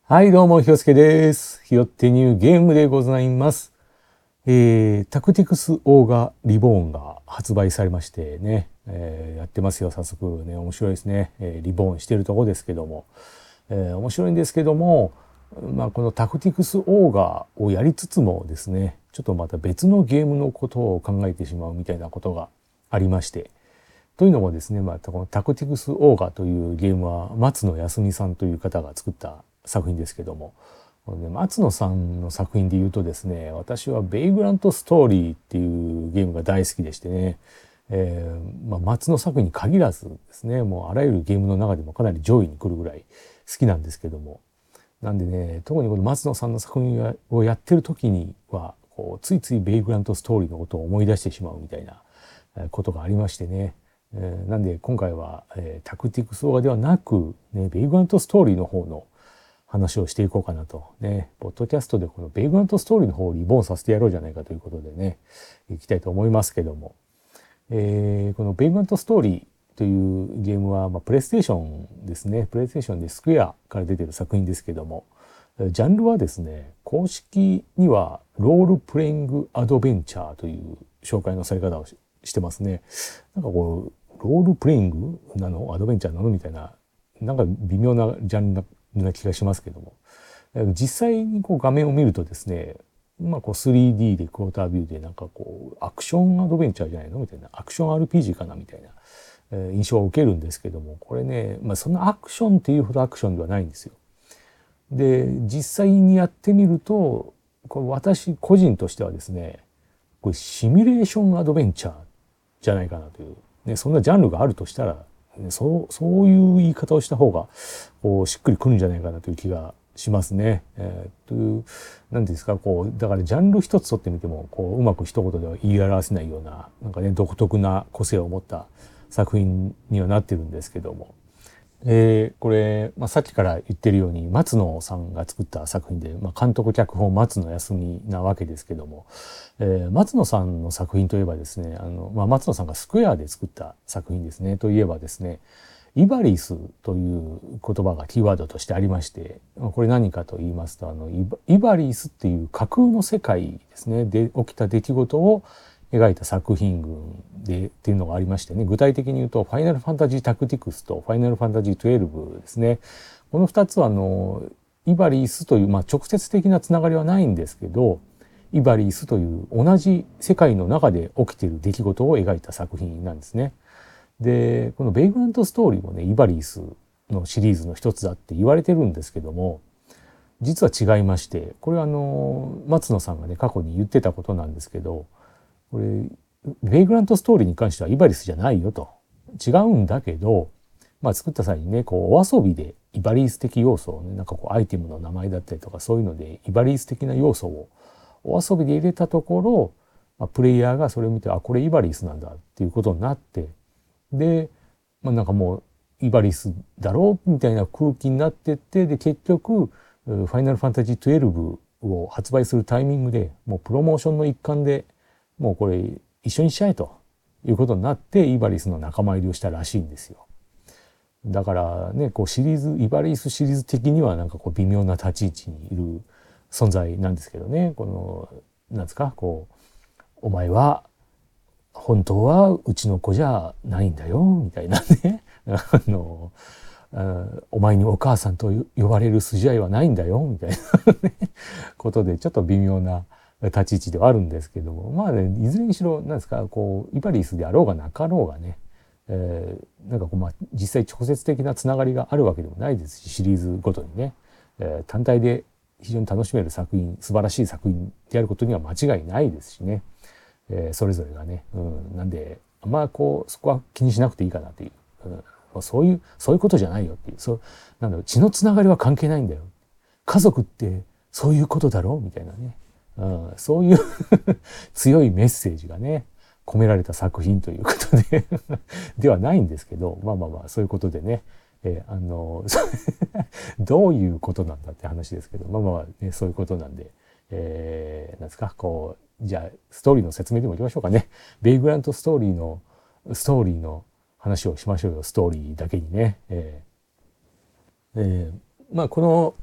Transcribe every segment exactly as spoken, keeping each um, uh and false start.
はい、どうも、ひよすけです。ひよってニューゲームでございます。えー、タクティクスオーガリボーンが発売されましてね、えーやってますよ、早速ね、面白いですね。えーリボーンしてるとこですけども、えー面白いんですけども、まあ、このタクティクスオーガをやりつつもですね、ちょっとまた別のゲームのことを考えてしまうみたいなことがありまして、というのもですね、まあ、このタクティクスオーガというゲームは松野康美さんという方が作った作品ですけども、松野さんの作品で言うとですね、私はベイグラントストーリーっていうゲームが大好きでしてね、えーまあ、松野作品に限らずですね、もうあらゆるゲームの中でもかなり上位に来るぐらい好きなんですけども、なんでね、特にこの松野さんの作品をやってる時にはこうついついベイグラントストーリーのことを思い出してしまうみたいなことがありましてね、えーなんで今回は、えータクティクスオーガではなく、ね、ベイグラントストーリーの方の話をしていこうかなと。ね、ポッドキャストでこのベイグラントストーリーの方をリボーンさせてやろうじゃないかということでね、いきたいと思いますけども。えーこのベイグラントストーリーというゲームは、まあ、プレイステーションですね。プレイステーションでスクエアから出てる作品ですけども、ジャンルはですね、公式にはロールプレイングアドベンチャーという紹介のされ方をししてますね。なんかこう、ロールプレイングなのアドベンチャーなのみたいな、なんか微妙なジャンルな気がしますけども。実際にこう画面を見るとですね、まあこう スリーディー でクォータービューでなんかこうアクションアドベンチャーじゃないのみたいな、アクション アールピージー かなみたいな、えー印象を受けるんですけども、これね、まあそんなアクションっていうほどアクションではないんですよ。で、実際にやってみると、これ私個人としてはですね、これシミュレーションアドベンチャーじゃないかなという、ね、そんなジャンルがあるとしたら、ね、そうそういう言い方をした方がこうしっくりくるんじゃないかなという気がしますね。えー、という何ですか、こうだからジャンル一つ取ってみてもこううまく一言では言い表せないようななんかね独特な個性を持った作品にはなってるんですけども。えー、これ、まあ、さっきから言ってるように松野さんが作った作品で、まあ、監督脚本松野康美なわけですけども、えー、松野さんの作品といえばですね、あの、まあ、松野さんがスクエアで作った作品ですねといえばですね、イバリスという言葉がキーワードとしてありまして、これ何かと言いますと、あのイバイバリスっていう架空の世界ですねで起きた出来事を描いた作品群でっていうのがありましてね、具体的に言うとファイナルファンタジータクティクスとファイナルファンタジーじゅうにですね。このふたつはあのイバリスという、まあ、直接的なつながりはないんですけど、イバリスという同じ世界の中で起きている出来事を描いた作品なんですね。で、このベイグラントストーリーもね、イバリスのシリーズの一つだって言われてるんですけども、実は違いまして、これはあの松野さんがね過去に言ってたことなんですけど、これベイグラントストーリーに関してはイバリスじゃないよと、違うんだけど、まあ作った際にねこうお遊びでイバリス的要素をね、なんかこうアイテムの名前だったりとかそういうのでイバリス的な要素をお遊びで入れたところ、まあ、プレイヤーがそれを見て、あ、これイバリスなんだっていうことになって、で、まあ、なんかもうイバリスだろうみたいな空気になってって、で結局ファイナルファンタジーじゅうにを発売するタイミングでもうプロモーションの一環でもうこれ一緒にしちゃえということになってイバリスの仲間入りをしたらしいんですよ。だからねこうシリーズイバリスシリーズ的にはなんかこう微妙な立ち位置にいる存在なんですけどね、このなんですかこうお前は本当はうちの子じゃないんだよみたいなねあのお前にお母さんと呼ばれる筋合いはないんだよみたいなことでちょっと微妙な立ち位置ではあるんですけども、まあねいずれにしろなんですかこうイバリスであろうがなかろうがね、えー、なんかこうまあ実際直接的なつながりがあるわけでもないですし、シリーズごとにね、えー、単体で非常に楽しめる作品、素晴らしい作品であることには間違いないですしね、えー、それぞれがね、うん、なんであんまこうそこは気にしなくていいかなという、うん、そういうそういうことじゃないよっていう、そうなんだろう、血のつながりは関係ないんだよ、家族ってそういうことだろうみたいなね、うん、そういう強いメッセージがね込められた作品ということでではないんですけど、まあまあまあそういうことでね、えー、あのどういうことなんだって話ですけど、まあまあ、ね、そういうことなんで、えー、なんですかこうじゃあストーリーの説明でもいきましょうかね。ベイグラントストーリーのストーリーの話をしましょうよ、ストーリーだけにね。えーえー、まあこの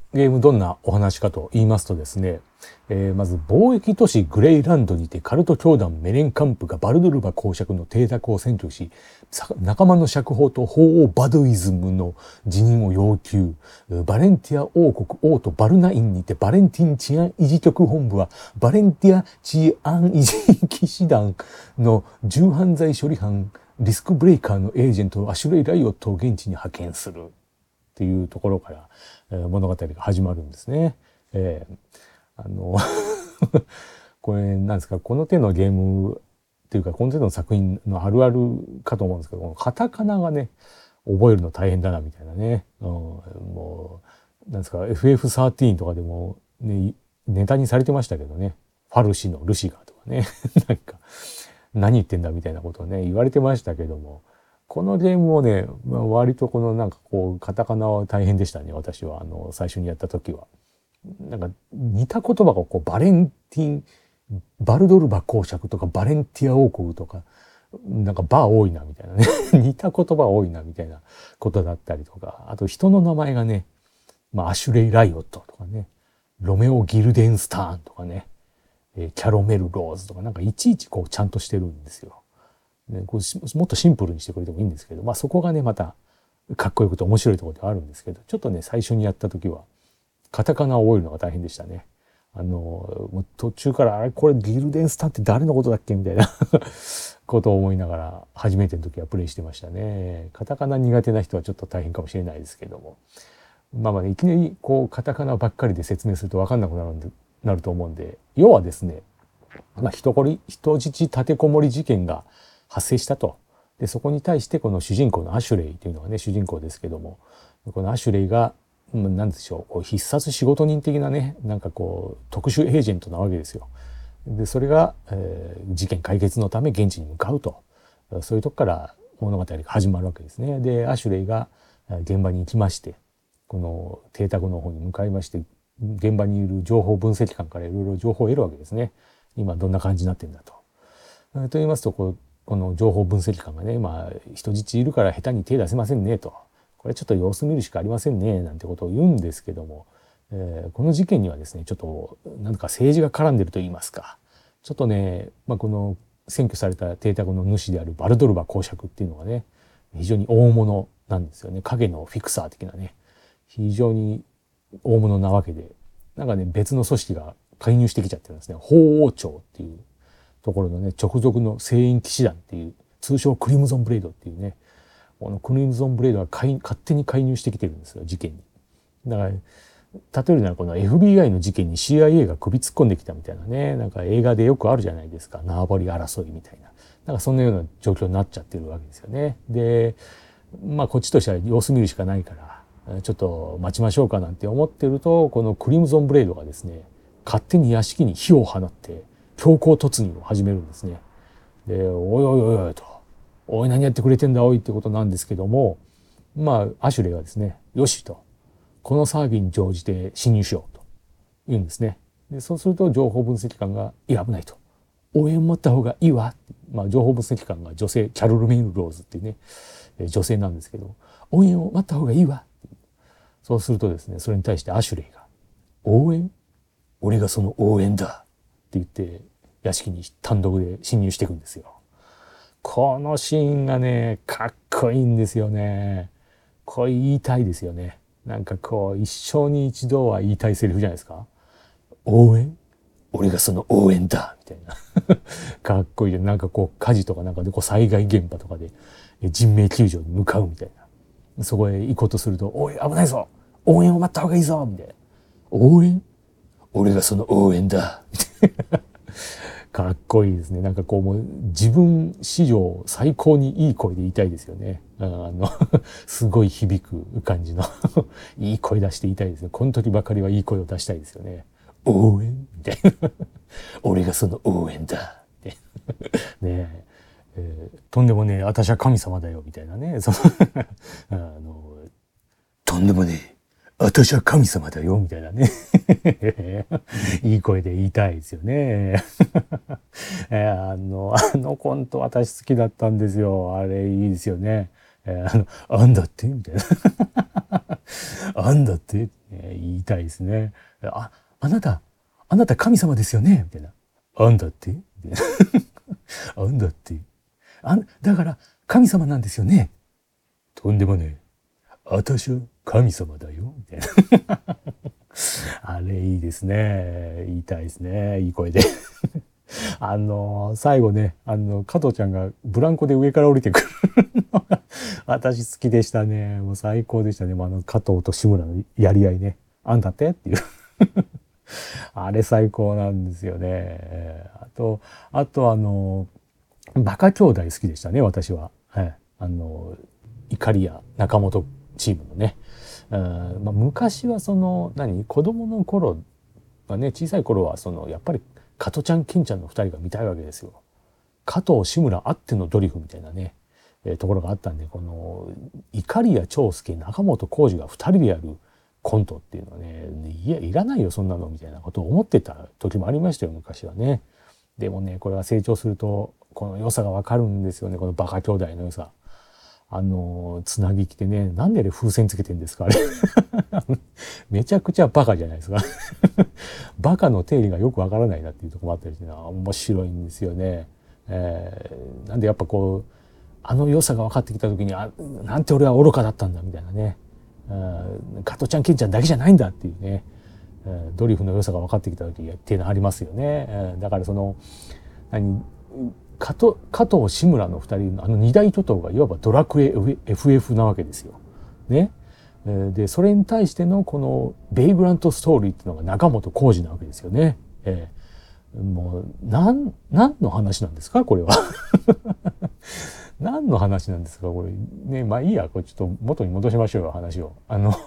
ゲームどんなお話かと言いますとですね、えー、まず貿易都市グレイランドにてカルト教団メレンカンプがバルドルバ公爵の邸宅を占拠し、仲間の釈放と法王バドイズムの辞任を要求。バレンティア王国王都バルナインにてバレンティン治安維持局本部はバレンティア治安維持騎士団の重犯罪処理班リスクブレイカーのエージェントアシュレイ・ライオットを現地に派遣するっていうところから、えー、物語が始まるんですね。えー、あのこれなんですか、この手のゲームっていうかこの手の作品のあるあるかと思うんですけど、このカタカナがね覚えるの大変だなみたいなね、うん、もうなんですか エフエフサーティーン とかでも、ね、ネタにされてましたけどね、ファルシのルシガーとかねなんか何言ってんだみたいなことをね言われてましたけども、このゲームをね、まあ、割とこのなんかこうカタカナは大変でしたね、私はあの最初にやった時は。なんか似た言葉がこうバレンティンバルドルバ公爵とかバレンティア王国とかなんかバー多いなみたいなね似た言葉多いなみたいなことだったりとか、あと人の名前がね、まあ、アシュレイ・ライオットとかね、ロメオ・ギルデンスターンとかね、キャロメル・ローズとかなんかいちいちこうちゃんとしてるんですよ。ね、こうもっとシンプルにしてくれてもいいんですけど、まあそこがねまたかっこよくて面白いところではあるんですけど、ちょっとね最初にやった時はカタカナを覚えるのが大変でしたね。あのもう途中からあれこれギルデンスターって誰のことだっけみたいなことを思いながら初めての時はプレイしてましたね。カタカナ苦手な人はちょっと大変かもしれないですけども、まあまあ、ね、いきなりこうカタカナばっかりで説明すると分かんなくなるんでなると思うんで、要はですね、まあ、人こり人質立てこもり事件が発生したと。でそこに対してこの主人公のアシュレイというのがね主人公ですけども、このアシュレイが何でしょう、こう必殺仕事人的なねなんかこう特殊エージェントなわけですよ。でそれが、えー、事件解決のため現地に向かうと、そういうとこから物語が始まるわけですね。でアシュレイが現場に行きまして、この邸宅の方に向かいまして、現場にいる情報分析官からいろいろ情報を得るわけですね。今どんな感じになってんだと。と言いますとこうこの情報分析官がね、まあ人質いるから下手に手出せませんねと、これちょっと様子見るしかありませんねなんてことを言うんですけども、えー、この事件にはですねちょっとなんか政治が絡んでると言いますか、ちょっとね、まあ、この占拠された邸宅の主であるバルドルバ公爵っていうのがね非常に大物なんですよね。影のフィクサー的なね非常に大物なわけで、なんかね別の組織が介入してきちゃってるんですね。法王朝っていうところのね直属の聖院騎士団っていう通称クリムゾンブレードっていうね、このクリムゾンブレードが勝手に介入してきてるんですよ事件に。だから例えるならこの エフビーアイ の事件に シーアイエー が首突っ込んできたみたいなね、なんか映画でよくあるじゃないですか、縄張り争いみたいな、なんかそんなような状況になっちゃってるわけですよね。でまあこっちとしては様子見るしかないからちょっと待ちましょうかなんて思ってると、このクリムゾンブレードがですね勝手に屋敷に火を放って強行突入を始めるんですね。でおいおいおいおいと、おい何やってくれてんだおいってことなんですけども、まあアシュレイはですねよしと、この騒ぎに乗じて侵入しようと言うんですね。でそうすると情報分析官がいや危ないと、応援持った方がいいわ、まあ情報分析官が女性キャロル・メインローズっていうね女性なんですけど、応援を待った方がいいわ。そうするとですねそれに対してアシュレイが応援、俺がその応援だって言って屋敷に単独で侵入していくんですよ。このシーンがねかっこいいんですよね。これ言いたいですよね。なんかこう一生に一度は言いたいセリフじゃないですか。応援、俺がその応援だみたいなかっこいい。なんかこう火事とかなんかでこう災害現場とかで人命救助に向かうみたいな、そこへ行こうとするとおい危ないぞ、応援を待った方がいいぞみたいな、応援、俺がその応援だみたいなかっこいいですね。なんかこうもう自分史上最高にいい声で言いたいですよね。あのすごい響く感じのいい声出して言いたいですね。この時ばかりはいい声を出したいですよね。応援みたいな俺がその応援だってねえ、えー、とんでもねえ私は神様だよみたいなね、そのあのとんでもねえ私は神様だよみたいなねいい声で言いたいですよねえー、あのあのコント私好きだったんですよ。あれいいですよね。 えー、あの、あんだってみたいな。あんだって、えー言いたいですね。あ、あなた、あなた神様ですよねみたいな。あんだってみたいな。あんだって。あん、だから神様なんですよね。とんでもねえ。私は神様だよ。みたいな。あれいいですね。言いたいですね。いい声で。あの最後ね、あの加藤ちゃんがブランコで上から降りてくるのが私好きでしたね。もう最高でしたね。あの加藤と志村のやり合いね。あんたってっていうあれ最高なんですよね。あとあとあのバカ兄弟好きでしたね、私は。はい、あの怒りや中本チームのね。うんまあ、昔はその何子供の頃はね、小さい頃はそのやっぱり加トちゃん金ちゃんのふたりが見たいわけですよ。加藤志村あってのドリフみたいなね、えー、ところがあったんで、この碇谷長介中本浩二がふたりでやるコントっていうのはね、いやいらないよそんなのみたいなことを思ってた時もありましたよ、昔はね。でもね、これは成長するとこの良さがわかるんですよね、このバカ兄弟の良さ。あのつなぎ着てね、なんであれ風船つけてんですかあれめちゃくちゃバカじゃないですかバカの定理がよくわからないなっていうところもあったりして、面白いんですよね。えー、なんでやっぱこうあの良さが分かってきた時に、あ、なんて俺は愚かだったんだみたいなね、加トちゃんケンちゃんだけじゃないんだっていうね、ドリフの良さが分かってきた時っていうのありますよね。だからその何加藤加藤志村のふたりのあの二大巨頭がいわばドラクエ エフエフ なわけですよ。ね。でそれに対してのこのベイグラントストーリーっていうのが中本浩二なわけですよね。えー、もう何何の話なんですかこれは何の話なんですかこれね。まあいいや、これちょっと元に戻しましょうよ話を。あの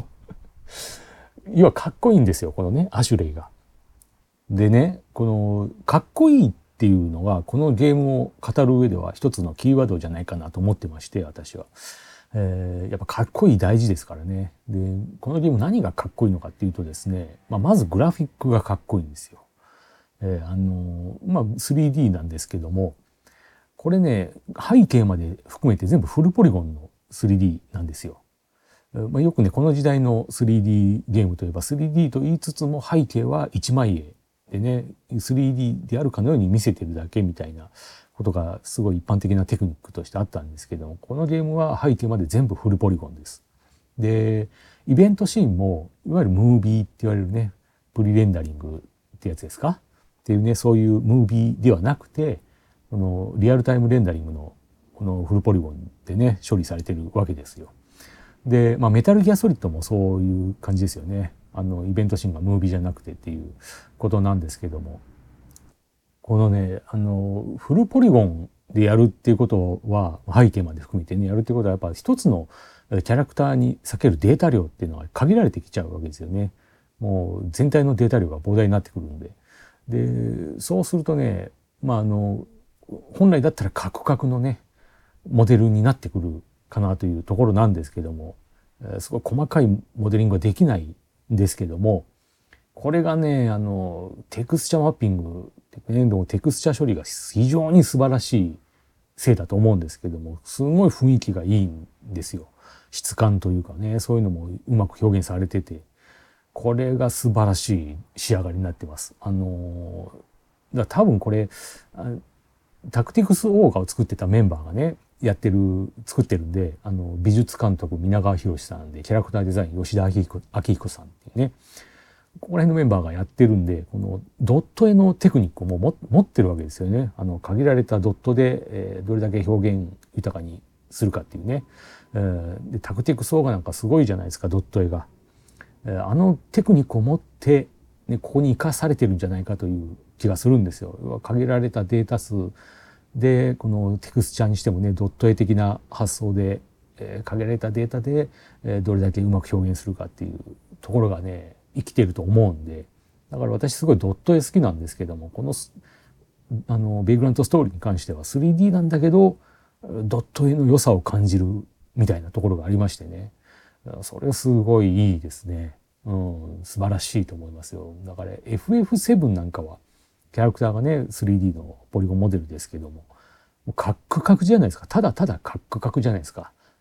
要はかっこいいんですよこのねアシュレイが。でね、このかっこいいっていうのがこのゲームを語る上では一つのキーワードじゃないかなと思ってまして、私は。えー、やっぱかっこいい大事ですからね。でこのゲーム何がかっこいいのかっていうとですね、まあ、まずグラフィックがかっこいいんですよ。えー、あのまあ スリーディー なんですけども、これね背景まで含めて全部フルポリゴンの スリーディー なんですよ。まあ、よくねこの時代の スリーディー ゲームといえば スリーディー と言いつつも背景は一枚絵でね スリーディー であるかのように見せてるだけみたいなことがすごい一般的なテクニックとしてあったんですけども、このゲームは背景まで全部フルポリゴンです。でイベントシーンもいわゆるムービーって言われるねプリレンダリングってやつですかっていうね、そういうムービーではなくてこのリアルタイムレンダリングのこのフルポリゴンでね処理されてるわけですよ。で、まあ、メタルギアソリッドもそういう感じですよね。あのイベントシーンがムービーじゃなくてっていうことなんですけども、このねあのフルポリゴンでやるっていうことは背景まで含めてねやるっていうことはやっぱ一つのキャラクターに避けるデータ量っていうのは限られてきちゃうわけですよね。もう全体のデータ量が膨大になってくるんで、でそうするとね、まああの本来だったらカクカクのねモデルになってくるかなというところなんですけども、すごい細かいモデリングができないんですけども、これがねあのテクスチャマッピングのテクスチャ処理が非常に素晴らしいせいだと思うんですけども、すごい雰囲気がいいんですよ。質感というかね、そういうのもうまく表現されてて、これが素晴らしい仕上がりになってます。あのだ多分これタクティクスオーガを作ってたメンバーがねやってる作ってるんで、あの美術監督皆川博さんでキャラクターデザイン吉田明彦、明彦さんっていうね、ここら辺のメンバーがやってるんで、このドット絵のテクニックをもう持ってるわけですよね。あの限られたドットで、えー、どれだけ表現豊かにするかっていうね、えー、でタクティクスオーガなんかすごいじゃないですかドット絵が。えー、あのテクニックを持って、ね、ここに生かされてるんじゃないかという気がするんですよ。限られたデータ数でこのテクスチャーにしてもねドット絵的な発想で、えー、限られたデータで、えー、どれだけうまく表現するかっていうところがね生きてると思うんで、だから私すごいドット絵好きなんですけども、このあのベイグラントストーリーに関しては スリーディー なんだけどドット絵の良さを感じるみたいなところがありましてね、それすごいいいですね。うん、素晴らしいと思いますよ。だから エフエフセブン なんかはキャラクターがね スリーディー のポリゴンモデルですけども、もうカックカクじゃないですか。ただただカックカクじゃないですか。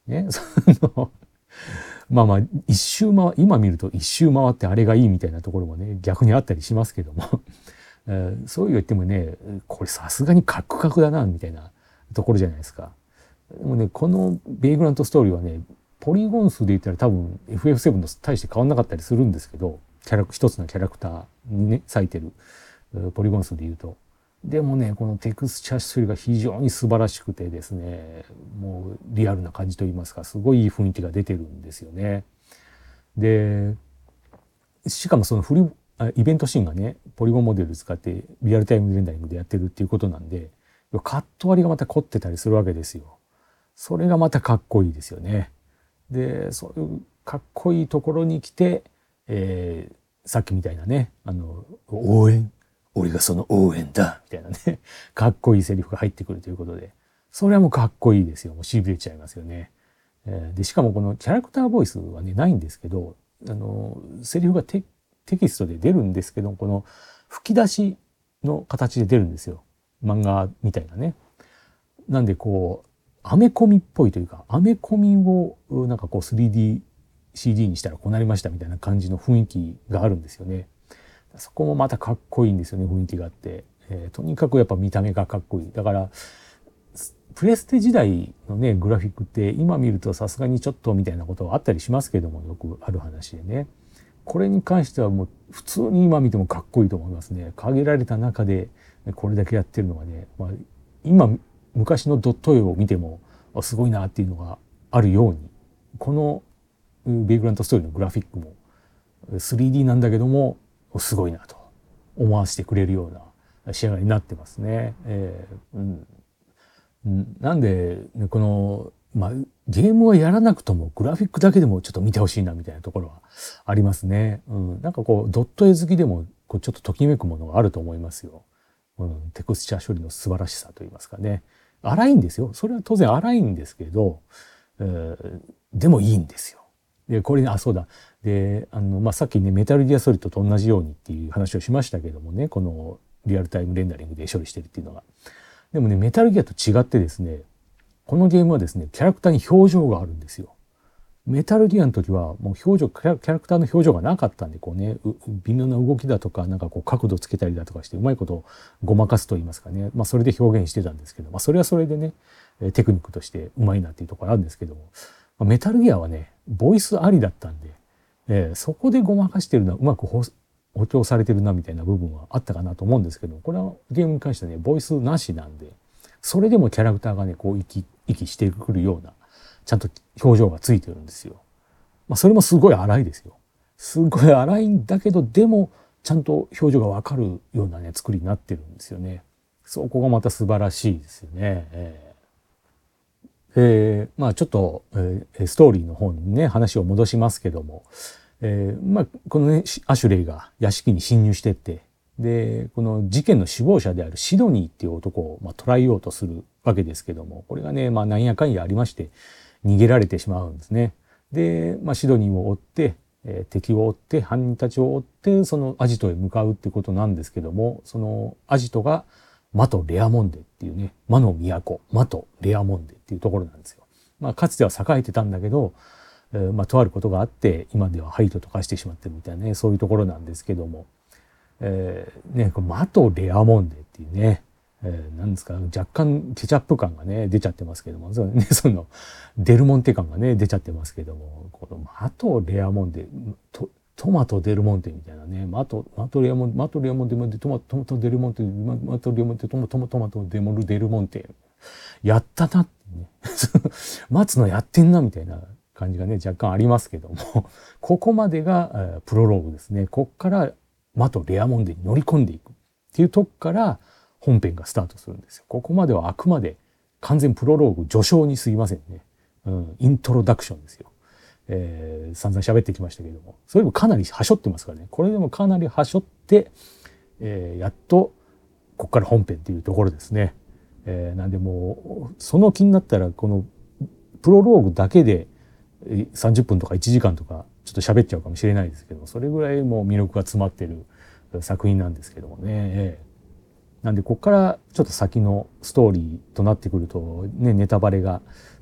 ね。そのまあまあ一周回今見ると一周回ってあれがいいみたいなところもね逆にあったりしますけどもえー、そういう言ってもねこれさすがにカクカクだなみたいなところじゃないですか。でもねこのベイグラントストーリーはねポリゴン数で言ったら多分 エフエフセブン と大して変わんなかったりするんですけど、キャラ一つのキャラクターにね割いてるポリゴン数で言うと、でもねこのテクスチャ処理が非常に素晴らしくてですね、もうリアルな感じといいますかすごいいい雰囲気が出てるんですよね。でしかもそのフリイベントシーンがねポリゴンモデル使ってリアルタイムレンダリングでやってるっていうことなんで、カット割りがまた凝ってたりするわけですよ。それがまたかっこいいですよね。でそういうかっこいいところに来て、えー、さっきみたいなねあの応援俺がその応援だみたいなねかっこいいセリフが入ってくるということで、それはもうかっこいいですよ。もうしびれちゃいますよね。えー、でしかもこのキャラクターボイスはねないんですけど、あのセリフがテテキストで出るんですけど、この吹き出しの形で出るんですよ。漫画みたいなね。なんでこうアメコミっぽいというか、アメコミをなんかこう スリーディーシーディー にしたらこうなりましたみたいな感じの雰囲気があるんですよね。そこもまたかっこいいんですよね、雰囲気があって、えー、とにかくやっぱ見た目がかっこいい。だからプレステ時代のねグラフィックって今見るとさすがにちょっとみたいなことはあったりしますけども、よくある話でね、これに関してはもう普通に今見てもかっこいいと思いますね。限られた中でこれだけやってるのがね、まあ、今昔のドット絵を見てもすごいなっていうのがあるように、このベイグラントストーリーのグラフィックも スリーディー なんだけどもすごいなと思わせてくれるような仕上がりになってますね。えーうん、なんでこの、まあ、ゲームはやらなくともグラフィックだけでもちょっと見てほしいなみたいなところはありますね。うん、なんかこうドット絵好きでもこうちょっとときめくものがあると思いますよ。うん、テクスチャー処理の素晴らしさといいますかね。荒いんですよ。それは当然荒いんですけど、えー、でもいいんですよ。でこれね、あそうだであの、まあ、さっきねメタルギアソリッドと同じようにっていう話をしましたけどもね、このリアルタイムレンダリングで処理してるっていうのが。でもねメタルギアと違ってですね、このゲームはですねキャラクターに表情があるんですよ。メタルギアの時はもう表情キャラクターの表情がなかったんで、こうね微妙な動きだとかなんかこう角度つけたりだとかしてうまいことをごまかすと言いますかね、まあ、それで表現してたんですけど、まあ、それはそれでねテクニックとしてうまいなっていうところあるんですけども、まあ、メタルギアはねボイスありだったんで、えー、そこでごまかしてるのはうまく補強されてるなみたいな部分はあったかなと思うんですけど、これはゲームに関してはねボイスなしなんで、それでもキャラクターがねこう息息してくるようなちゃんと表情がついてるんですよ。まあ、それもすごい荒いですよ。すごい荒いんだけど、でもちゃんと表情がわかるようなね作りになってるんですよね。そこがまた素晴らしいですよね。えーえー、まあちょっと、えー、ストーリーの方にね話を戻しますけども、えー、まあこのねアシュレイが屋敷に侵入してって、でこの事件の首謀者であるシドニーっていう男を、まあ、捕らえようとするわけですけども、これがね、まあ、なんやかんやありまして逃げられてしまうんですね。で、まあ、シドニーを追って、えー、敵を追って犯人たちを追ってそのアジトへ向かうってことなんですけども、そのアジトがマト・レアモンデっていうね、魔の都マト・レアモンデっていうところなんですよ。まあ、かつては栄えてたんだけど、えーまあ、とあることがあって今では廃墟と化してしまってるみたいなね、そういうところなんですけども、えー、ねこれマト・レアモンデっていうね、えー、なんですか若干ケチャップ感がね出ちゃってますけども、その、ね、そのデルモンテ感がね出ちゃってますけども、このマト・レアモンデトトマト・デルモンテみたいなね、マトマトレアモンマトレアモンデモンデトマトマトデルモンテママトレアモンテトマトマトマトデモルデルモンテやったなってね待つのやってんなみたいな感じがね若干ありますけども、ここまでが、えー、プロローグですね。こっからマト・レアモンデに乗り込んでいくっていうとこから本編がスタートするんですよ。ここまではあくまで完全プロローグ序章に過ぎませんね。うん、イントロダクションですよ。えー、散々喋ってきましたけども、それもかなりはしょってますからね。これでもかなりはしょって、えー、やっとここから本編っていうところですね。えー、なんでもうその気になったらこのプロローグだけでさんじゅっぷんとかいちじかんとかちょっと喋っちゃうかもしれないですけど、それぐらいもう魅力が詰まってる作品なんですけどもね。なんでここからちょっと先のストーリーとなってくるとねネタバレが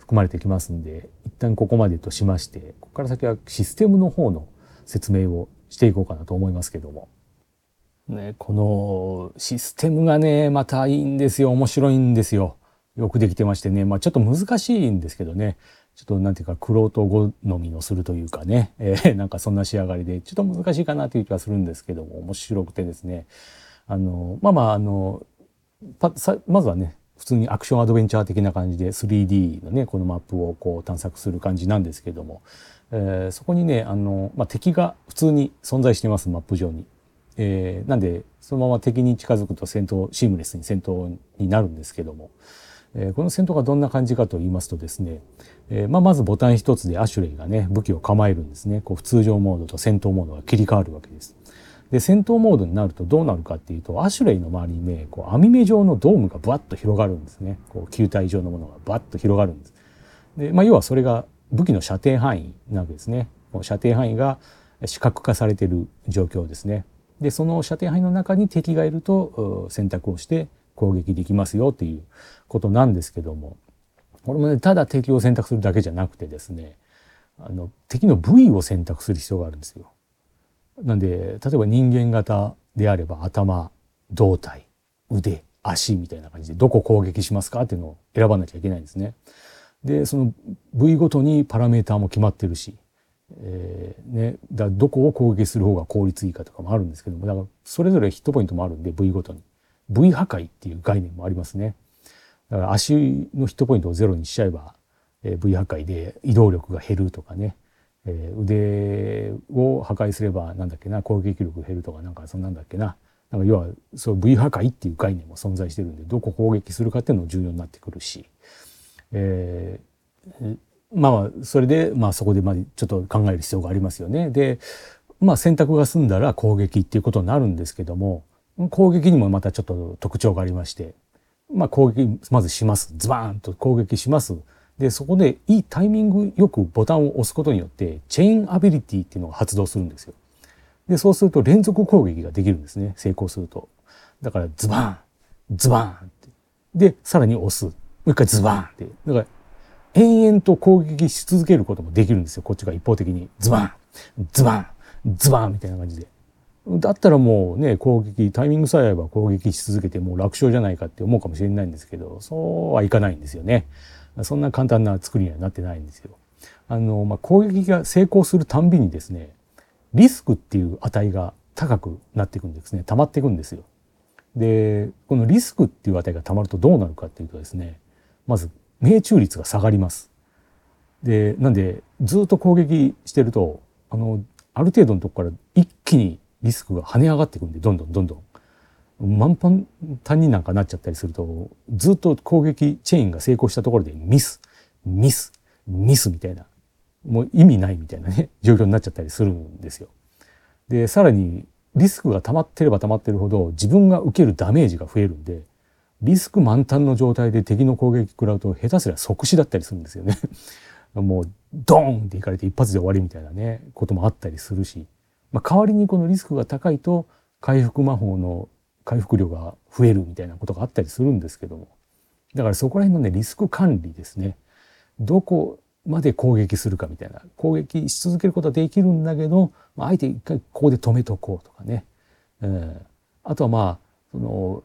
含まれてきますんで、一旦ここまでとしまして、ここから先はシステムの方の説明をしていこうかなと思いますけども。ね、このシステムがね、またいいんですよ。面白いんですよ。よくできてましてね、まあちょっと難しいんですけどね、ちょっとなんていうか、玄人好みのするというかね、えー、なんかそんな仕上がりで、ちょっと難しいかなという気はするんですけども、面白くてですね、あの、まあまあ、あの、パさまずはね、普通にアクションアドベンチャー的な感じで スリーディー のね、このマップをこう探索する感じなんですけども、えー、そこにね、あの、まあ、敵が普通に存在しています、マップ上に。えー、なんで、そのまま敵に近づくと戦闘、シームレスに戦闘になるんですけども、えー、この戦闘がどんな感じかと言いますとですね、えーまあ、まずボタン一つでアシュレイがね、武器を構えるんですね。こう通常モードと戦闘モードが切り替わるわけです。で、戦闘モードになるとどうなるかっていうと、アシュレイの周りにね、こう網目状のドームがブワッと広がるんですね。こう球体状のものがブワッと広がるんです。で、まあ、要はそれが武器の射程範囲なわけですね。こう射程範囲が視覚化されている状況ですね。で、その射程範囲の中に敵がいると選択をして攻撃できますよっていうことなんですけども、これもね、ただ敵を選択するだけじゃなくてですね、あの敵の部位を選択する必要があるんですよ。なんで、例えば人間型であれば頭、胴体、腕、足みたいな感じでどこ攻撃しますかっていうのを選ばなきゃいけないんですね。で、その部位ごとにパラメーターも決まってるし、えー、ね、だどこを攻撃する方が効率いいかとかもあるんですけども、だからそれぞれヒットポイントもあるんで、部位ごとに。部位破壊っていう概念もありますね。だから足のヒットポイントをゼロにしちゃえば、えー、部位破壊で移動力が減るとかね、えー、腕を破壊すればなんだっけな、攻撃力減るとかなんかそんなんだっけな。なんか要はそう部位破壊っていう概念も存在してるんで、どこ攻撃するかっていうのも重要になってくるし、えー、まあそれでまあそこでまあちょっと考える必要がありますよね。で、まあ選択が済んだら攻撃っていうことになるんですけども、攻撃にもまたちょっと特徴がありまして、まあ攻撃まずします。ズバーンと攻撃します。で、そこでいいタイミングよくボタンを押すことによってチェーンアビリティっていうのが発動するんですよ。で、そうすると連続攻撃ができるんですね。成功すると。だからズバーン、ズバーンって。で、さらに押す。もう一回ズバーンって。だから延々と攻撃し続けることもできるんですよ。こっちが一方的にズバン、ズバン、ズバンみたいな感じで。だったらもうね、攻撃、タイミングさえ合えば攻撃し続けてもう楽勝じゃないかって思うかもしれないんですけど、そうはいかないんですよね。そんな簡単な作りにはなってないんですよ。あの、まあ、攻撃が成功するたんびにですね、リスクっていう値が高くなっていくんですね。溜まっていくんですよ。で、このリスクっていう値が溜まるとどうなるかっていうとですね、まず命中率が下がります。で、なんでずっと攻撃してると、あの、ある程度のとこから一気にリスクが跳ね上がっていくんで、どんどんどんどん。満帆単になんかなっちゃったりすると、ずっと攻撃チェーンが成功したところでミス、ミス、ミスみたいな、もう意味ないみたいなね、状況になっちゃったりするんですよ。で、さらにリスクが溜まってれば溜まってるほど自分が受けるダメージが増えるんで、リスク満タンの状態で敵の攻撃食らうと下手すりゃ即死だったりするんですよね。もうドーンっていかれて一発で終わりみたいなね、こともあったりするし、まあ、代わりにこのリスクが高いと回復魔法の回復量が増えるみたいなことがあったりするんですけども、だからそこら辺のねリスク管理ですね。どこまで攻撃するかみたいな、攻撃し続けることはできるんだけど、相手一回ここで止めとこうとかね、えー、あとはまあその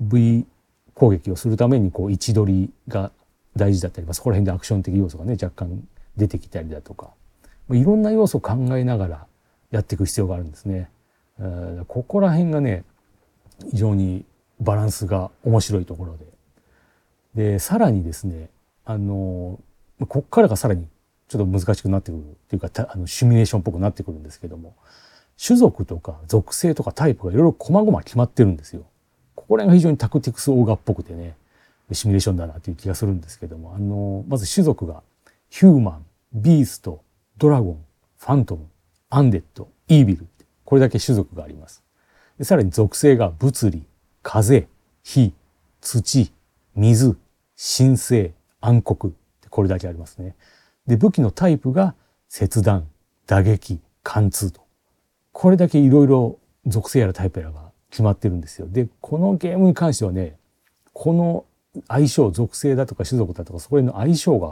V 攻撃をするためにこう位置取りが大事だったり、そこら辺でアクション的要素がね若干出てきたりだとか、いろんな要素を考えながらやっていく必要があるんですね。えー、ここら辺がね非常にバランスが面白いところで、でさらにですね、あのこっからがさらにちょっと難しくなってくるっていうか、あのシミュレーションっぽくなってくるんですけども、種族とか属性とかタイプがいろいろ細々決まってるんですよ。ここら辺が非常にタクティクスオーガっぽくてね、シミュレーションだなという気がするんですけども、あのまず種族がヒューマン、ビースト、ドラゴン、ファントム、アンデッド、イービルって、これだけ種族があります。でさらに属性が物理、風、火、土、水、神聖、暗黒、これだけありますね。で武器のタイプが切断、打撃、貫通と、これだけいろいろ属性やらタイプやらが決まってるんですよ。でこのゲームに関してはね、この相性、属性だとか種族だとかそこら辺の相性が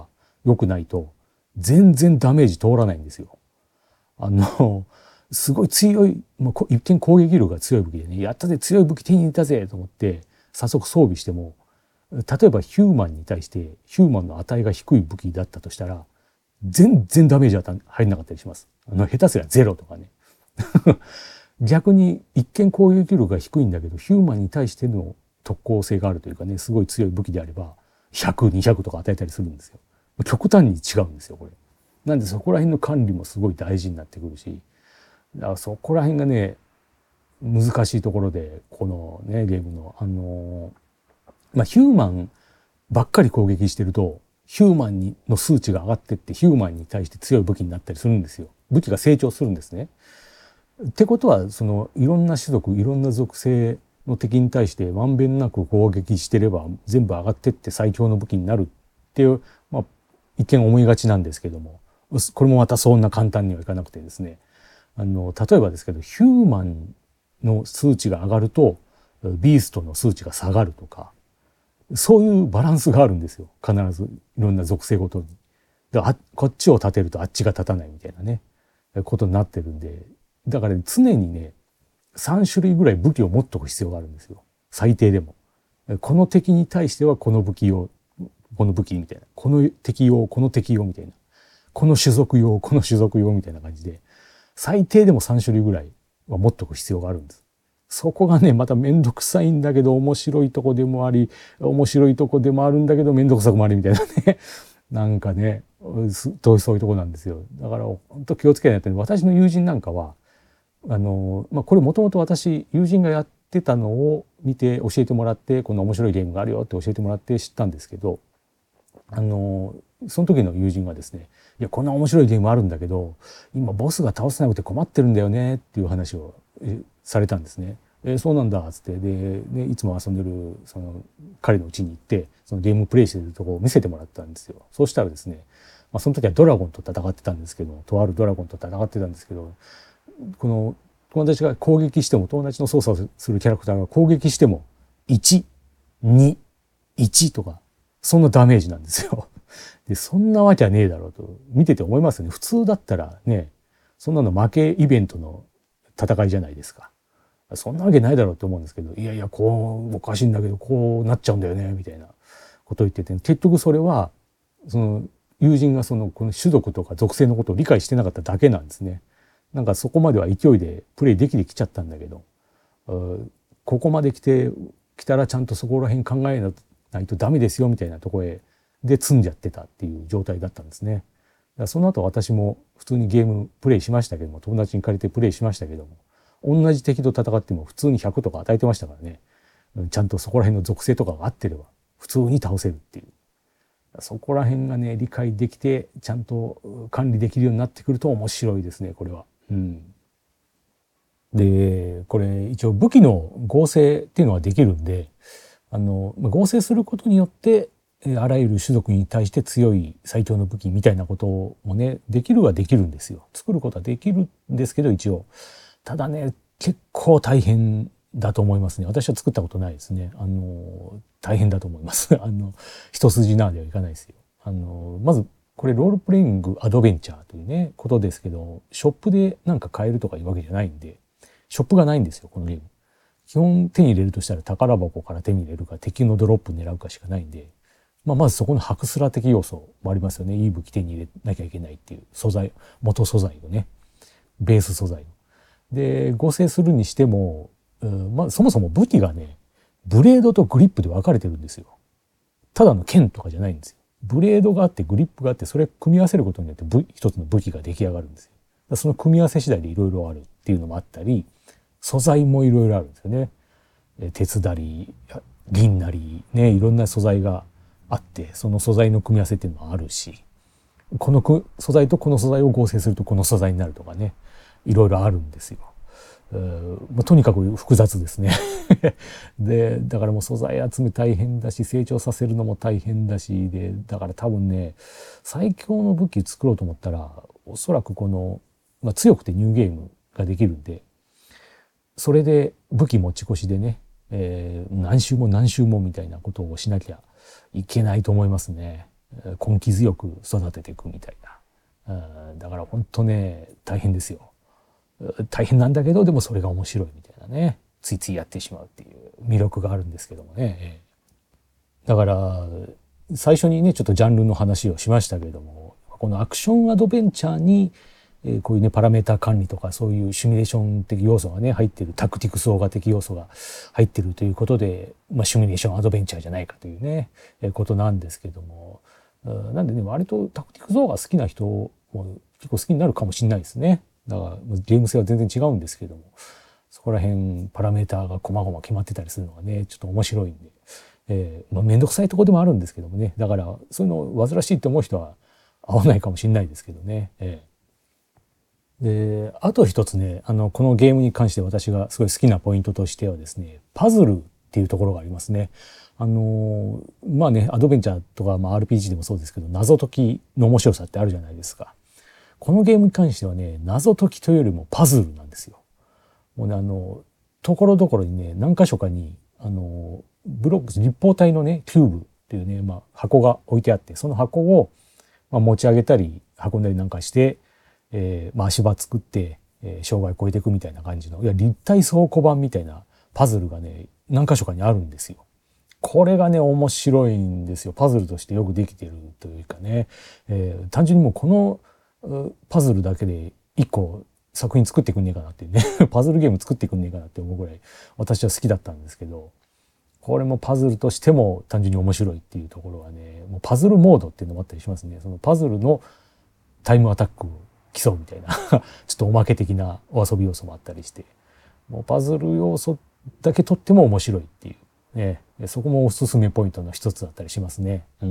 良くないと全然ダメージ通らないんですよ。あのすごい強い、まあ、一見攻撃力が強い武器でね、やったぜ強い武器手に入れたぜと思って早速装備しても、例えばヒューマンに対してヒューマンの値が低い武器だったとしたら全然ダメージは入んなかったりします。あの下手すりゃゼロとかね逆に一見攻撃力が低いんだけどヒューマンに対しての特攻性があるというかね、すごい強い武器であればひゃく、にひゃくとか与えたりするんですよ。極端に違うんですよこれ。なんでそこら辺の管理もすごい大事になってくるし、だからそこら辺がね難しいところで、このねゲームのあのまあヒューマンばっかり攻撃してるとヒューマンにの数値が上がってってヒューマンに対して強い武器になったりするんですよ。武器が成長するんですね。ってことはそのいろんな種族いろんな属性の敵に対してまんべんなく攻撃してれば全部上がってって最強の武器になるっていう、まあ、一見思いがちなんですけども、これもまたそんな簡単にはいかなくてですね、あの例えばですけどヒューマンの数値が上がるとビーストの数値が下がるとか、そういうバランスがあるんですよ。必ずいろんな属性ごとに。だからこっちを立てるとあっちが立たないみたいなねことになってるんで、だから常にねさん種類ぐらい武器を持っとく必要があるんですよ。最低でも。この敵に対してはこの武器をこの武器みたいな、この敵用この敵用みたいな、この種族用この種族用みたいな感じで最低でもさん種類ぐらいは持っとく必要があるんです。そこがねまためんどくさいんだけど面白いとこでもあり、面白いとこでもあるんだけどめんどくさくもありみたいなねなんかねそういうとこなんですよ。だから本当気をつけないとね。私の友人なんかはあの、まあ、これもともと私友人がやってたのを見て教えてもらって、この面白いゲームがあるよって教えてもらって知ったんですけど、あのその時の友人がですね、いやこんな面白いゲームあるんだけど今ボスが倒せなくて困ってるんだよねっていう話をされたんですね。えー、そうなんだっつって、で、でいつも遊んでるその彼の家に行ってそのゲームプレイしてるところを見せてもらったんですよ。そうしたらですね、まあ、その時はドラゴンと戦ってたんですけど、とあるドラゴンと戦ってたんですけど、この友達が攻撃しても、友達の操作するキャラクターが攻撃してもいち、に、いちとかそんなダメージなんですよ。でそんなわけはねえだろうと見てて思いますよね。普通だったらねそんなの負けイベントの戦いじゃないですか。そんなわけないだろうって思うんですけど、いやいやこうおかしいんだけどこうなっちゃうんだよねみたいなことを言ってて、結局それはその友人がそのこの種族とか属性のことを理解してなかっただけなんですね。なんかそこまでは勢いでプレイできてきちゃったんだけど、ここまで来て来たらちゃんとそこら辺考えないとダメですよみたいなところへで積んじゃってたっていう状態だったんですね。だからその後私も普通にゲームプレイしましたけども、友達に借りてプレイしましたけども、同じ敵と戦っても普通にひゃくとか与えてましたからね。ちゃんとそこら辺の属性とかが合ってれば普通に倒せるっていう、そこら辺がね理解できてちゃんと管理できるようになってくると面白いですねこれは。うん、でこれ一応武器の合成っていうのはできるんで、あの合成することによってあらゆる種族に対して強い最強の武器みたいなこともねできるはできるんですよ。作ることはできるんですけど一応ただね結構大変だと思いますね。私は作ったことないですね。あの大変だと思いますあの一筋縄ではいかないですよ。あのまずこれロールプレイングアドベンチャーというねことですけど、ショップでなんか買えるとかいうわけじゃないんで、ショップがないんですよこのゲーム。基本手に入れるとしたら宝箱から手に入れるか敵のドロップ狙うかしかないんで、まあ、まずそこのハクスラ的要素もありますよね。いい武器手に入れなきゃいけないっていう素材、元素材をね、ベース素材で合成するにしても、うんまあ、そもそも武器がねブレードとグリップで分かれてるんですよ。ただの剣とかじゃないんですよ。ブレードがあってグリップがあって、それを組み合わせることによって一つの武器が出来上がるんですよ。その組み合わせ次第でいろいろあるっていうのもあったり、素材もいろいろあるんですよね。鉄なり銀なりね、いろんな素材があって、その素材の組み合わせっていうのもあるし、この素材とこの素材を合成するとこの素材になるとかね、いろいろあるんですよ。まあ、とにかく複雑ですねでだからもう素材集め大変だし、成長させるのも大変だしで、だから多分ね最強の武器作ろうと思ったらおそらくこの、まあ、強くてニューゲームができるんで、それで武器持ち越しでね、えー、何周も何周もみたいなことをしなきゃいけないと思いますね。 根気強く育てていくみたいな、うん、だから本当ね大変ですよ。大変なんだけどでもそれが面白いみたいなね、ついついやってしまうっていう魅力があるんですけどもね。だから最初にねちょっとジャンルの話をしましたけれども、このアクションアドベンチャーにこういうねパラメータ管理とかそういうシミュレーション的要素がね入ってる、タクティクスオーガ的要素が入ってるということで、まあ、シミュレーションアドベンチャーじゃないかというねことなんですけども、なんでね割とタクティクスオーガ好きな人も結構好きになるかもしれないですね。だからゲーム性は全然違うんですけども、そこら辺パラメーターが細々決まってたりするのがねちょっと面白いんで、えーまあ、めんどくさいとこでもあるんですけどもね、だからそういうの煩わしいって思う人は合わないかもしれないですけどね。えー、であと一つね、あのこのゲームに関して私がすごい好きなポイントとしてはですね、パズルっていうところがありますね。あのまあねアドベンチャーとか、まあ、アールピージー でもそうですけど、謎解きの面白さってあるじゃないですか。このゲームに関してはね謎解きというよりもパズルなんですよ。もうねあのところどころにね何箇所かにあのブロック立方体のねキューブっていうね、まあ、箱が置いてあって、その箱を、まあ、持ち上げたり運んだりなんかして、えーまあ、足場作って、えー、障害を越えていくみたいな感じの、いや立体倉庫版みたいなパズルがね何箇所かにあるんですよ。これがね面白いんですよ。パズルとしてよくできてるというかね、えー、単純にもうこのパズルだけで一個作品作ってくんねえかなっていうねパズルゲーム作ってくんねえかなって思うぐらい私は好きだったんですけど、これもパズルとしても単純に面白いっていうところはね、もうパズルモードっていうのもあったりしますね。そのパズルのタイムアタックを競うみたいなちょっとおまけ的なお遊び要素もあったりして、もうパズル要素だけとっても面白いっていうね、そこもおすすめポイントの一つだったりしますね。うん、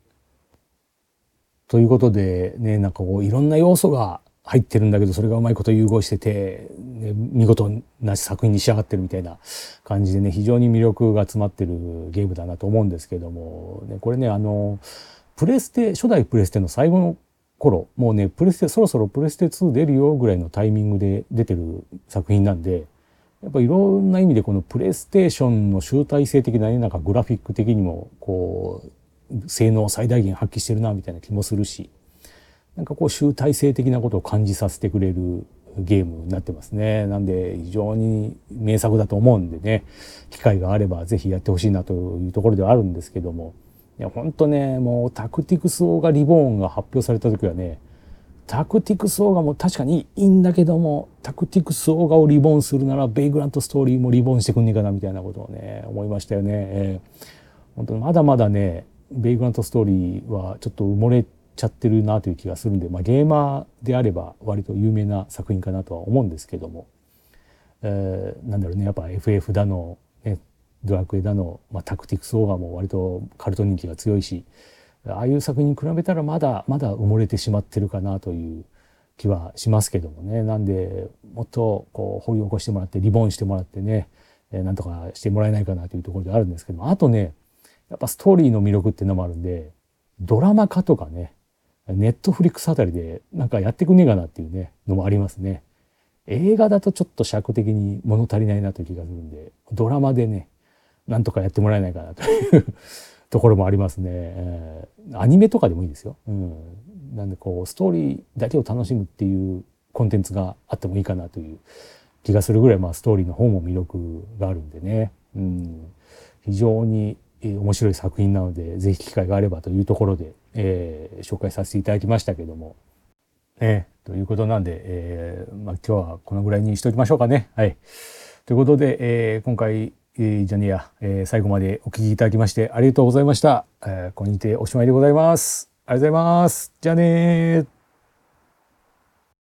ということでね、なんかこういろんな要素が入ってるんだけど、それがうまいこと融合してて、ね、見事な作品に仕上がってるみたいな感じでね、非常に魅力が詰まってるゲームだなと思うんですけども、ね、これねあのプレステ初代プレステの最後の頃、もうねプレステそろそろプレステツー出るよぐらいのタイミングで出てる作品なんで、やっぱいろんな意味でこのプレイステーションの集大成的なね、なんかグラフィック的にもこう性能を最大限発揮してるなみたいな気もするし、なんかこう集大成的なことを感じさせてくれるゲームになってますね。なんで非常に名作だと思うんでね、機会があればぜひやってほしいなというところではあるんですけども、いや本当ね、もうタクティクスオーガリボーンが発表された時はね、タクティクスオーガも確かにいいんだけども、タクティクスオーガをリボーンするならベイグラントストーリーもリボーンしてくんねえかなみたいなことをね思いましたよね。えー、本当にまだまだねベイグラントストーリーはちょっと埋もれちゃってるなという気がするんで、まあ、ゲーマーであれば割と有名な作品かなとは思うんですけども、えー、なんだろうね、やっぱ エフエフ だの、ね、ドラクエだの、まあ、タクティクスオーガも割とカルト人気が強いし、ああいう作品に比べたらまだまだ埋もれてしまってるかなという気はしますけどもね。なんでもっとこう掘り起こしてもらってリボンしてもらってね、えー、なんとかしてもらえないかなというところであるんですけども、あとねやっぱストーリーの魅力っていうのもあるんで、ドラマ化とかねネットフリックスあたりでなんかやってくんねえかなっていうねのもありますね。映画だとちょっと尺的に物足りないなという気がするんで、ドラマでねなんとかやってもらえないかなというところもありますね。えー、アニメとかでもいいですよ。うん、なんでこうストーリーだけを楽しむっていうコンテンツがあってもいいかなという気がするぐらい、まあストーリーの方も魅力があるんでね、うん、非常に面白い作品なのでぜひ機会があればというところで、えー、紹介させていただきましたけども、ね、ということなんで、えーまあ、今日はこのぐらいにしておきましょうかね。はい、ということで、えー、今回えー、じゃねえや、えー、最後までお聞きいただきましてありがとうございました。えー、これにておしまいでございます。ありがとうございます。じゃあねー。